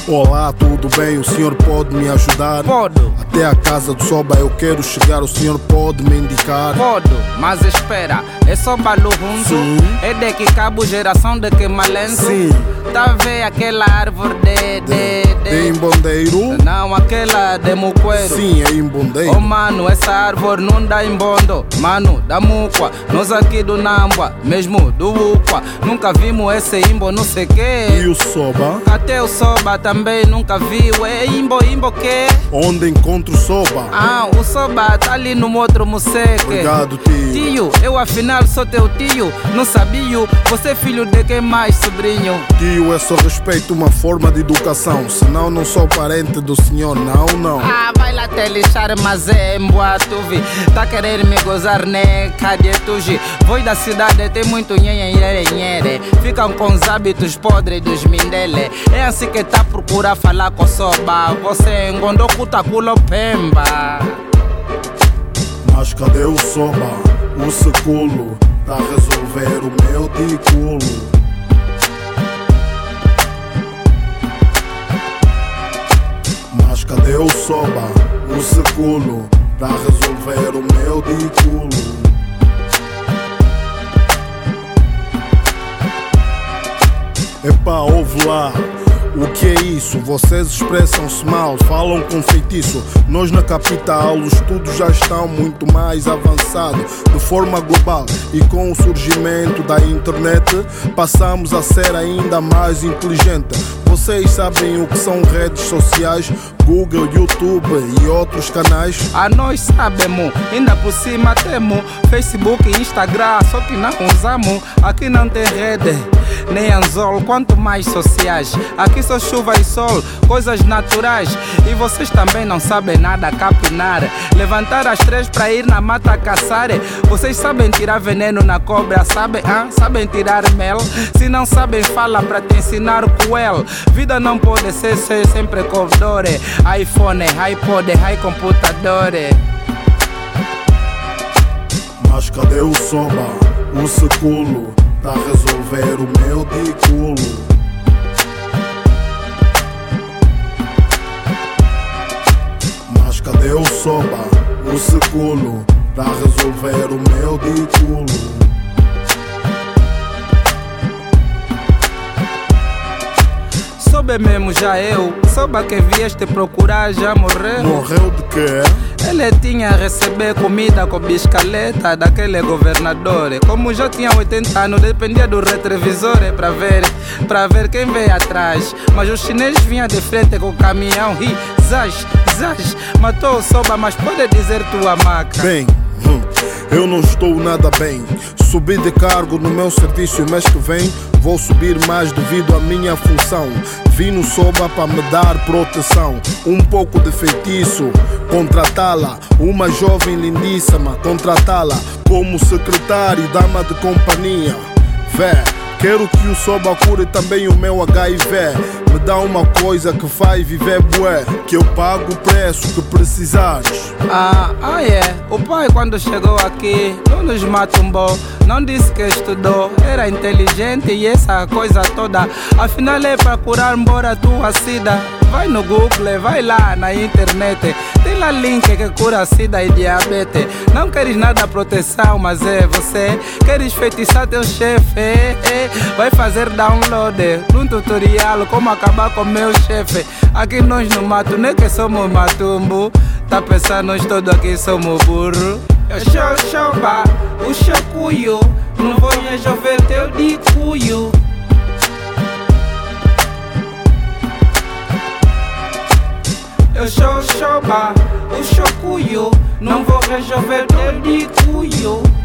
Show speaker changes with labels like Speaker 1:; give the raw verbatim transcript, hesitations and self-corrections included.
Speaker 1: Olá, tudo bem? O senhor pode me ajudar?
Speaker 2: Podo.
Speaker 1: Até a casa do Soba eu quero chegar, o senhor pode me indicar?
Speaker 2: Podo, mas espera, é só balurunzo?
Speaker 1: Sim.
Speaker 2: É de que cabo geração de que malenzo?
Speaker 1: Sim.
Speaker 2: Tá a ver aquela árvore de... de, de...
Speaker 1: De embondeiro?
Speaker 2: Não, aquela de muqueiro.
Speaker 1: Sim, é embondeiro.
Speaker 2: Oh mano, essa árvore não dá embondo. Mano, da muqua, nós aqui do Nambua, mesmo do Uqua, nunca vimos esse imbo não sei que.
Speaker 1: E o Soba?
Speaker 2: Até o Soba também nunca viu. É imbo, imbo que?
Speaker 1: Onde encontro o Soba?
Speaker 2: Ah, o Soba tá ali no outro museque.
Speaker 1: Obrigado, tio.
Speaker 2: Tio, eu afinal sou teu tio. Não sabia, você é filho de quem mais, sobrinho?
Speaker 1: Tio, é só respeito, uma forma de educação. Senão não sou parente do senhor, não, não.
Speaker 2: Ah, vai lá te lixar, mas é emboa, tu vi. Tá querendo me gozar, né? Cadê tu, gi? Vou da cidade, tem muito nhenhenhenhenhere. Ficam com os hábitos podres dos mindele. É assim que tá procura falar com Soba. Você engondou cuta culo pemba.
Speaker 1: Mas cadê o Soba? O seculo pra resolver o meu ticulo. Mas cadê o Soba? O seculo pra resolver o meu ticulo. Epá, ouve lá. O que é isso? Vocês expressam-se mal, falam com feitiço. Nós na capital os estudos já estão muito mais avançados de forma global, e com o surgimento da internet passamos a ser ainda mais inteligente. Vocês sabem o que são redes sociais, Google, YouTube e outros canais?
Speaker 2: A nós sabemos, ainda por cima temos Facebook e Instagram, só que não usamos. Aqui não tem rede, nem anzol, quanto mais sociais. Aqui só chuva e sol, coisas naturais. E vocês também não sabem nada capinar. Levantar às três pra ir na mata caçar. Vocês sabem tirar veneno na cobra, sabem? Ah? Sabem tirar mel? Se não sabem, fala pra te ensinar coel. Vida não pode ser, ser sempre cordore. iPhone, iPod, i computador.
Speaker 1: Mas cadê o Soba? O seculo pra resolver o meu ticulo. Mas cadê o Soba? O seculo pra resolver o meu ticulo.
Speaker 2: Soube mesmo já eu, Soba que vieste procurar já morreu.
Speaker 1: Morreu de quê?
Speaker 2: Ele tinha a receber comida com biscaleta daquele governador. Como já tinha oitenta anos, dependia do retrovisor pra ver, pra ver quem veio atrás. Mas os chineses vinham de frente com o caminhão e zaz, zaz, matou o Soba, mas pode dizer tua maca.
Speaker 1: Bem, hum, eu não estou nada bem. Subi de cargo no meu serviço e mês que vem vou subir mais devido à minha função. Vim no Soba para me dar proteção, um pouco de feitiço, contratá-la, uma jovem lindíssima, contratá-la como secretária e dama de companhia. Vé, quero que o Soba cure também o meu H I V. Me dá uma coisa que vai viver bué, que eu pago o preço que precisares.
Speaker 2: Ah, ah é, o pai quando chegou aqui não nos matumbou, não disse que estudou, era inteligente e essa coisa toda. Afinal é pra curar embora a tua sida. Vai no Google, vai lá na internet, tem lá link que cura sida e diabetes. Não queres nada proteção, mas é você queres feitiçar teu chefe. É, é. Vai fazer download num tutorial como acabar com meu chefe. Aqui nós no mato, não é que somos matumbo. Tá pensando nós todos aqui somos burro. Eu sou Soba, o chocuyo, não vou resolver teu dicuyo. Eu sou Soba, o chocuyo, não vou resolver teu dicuyo.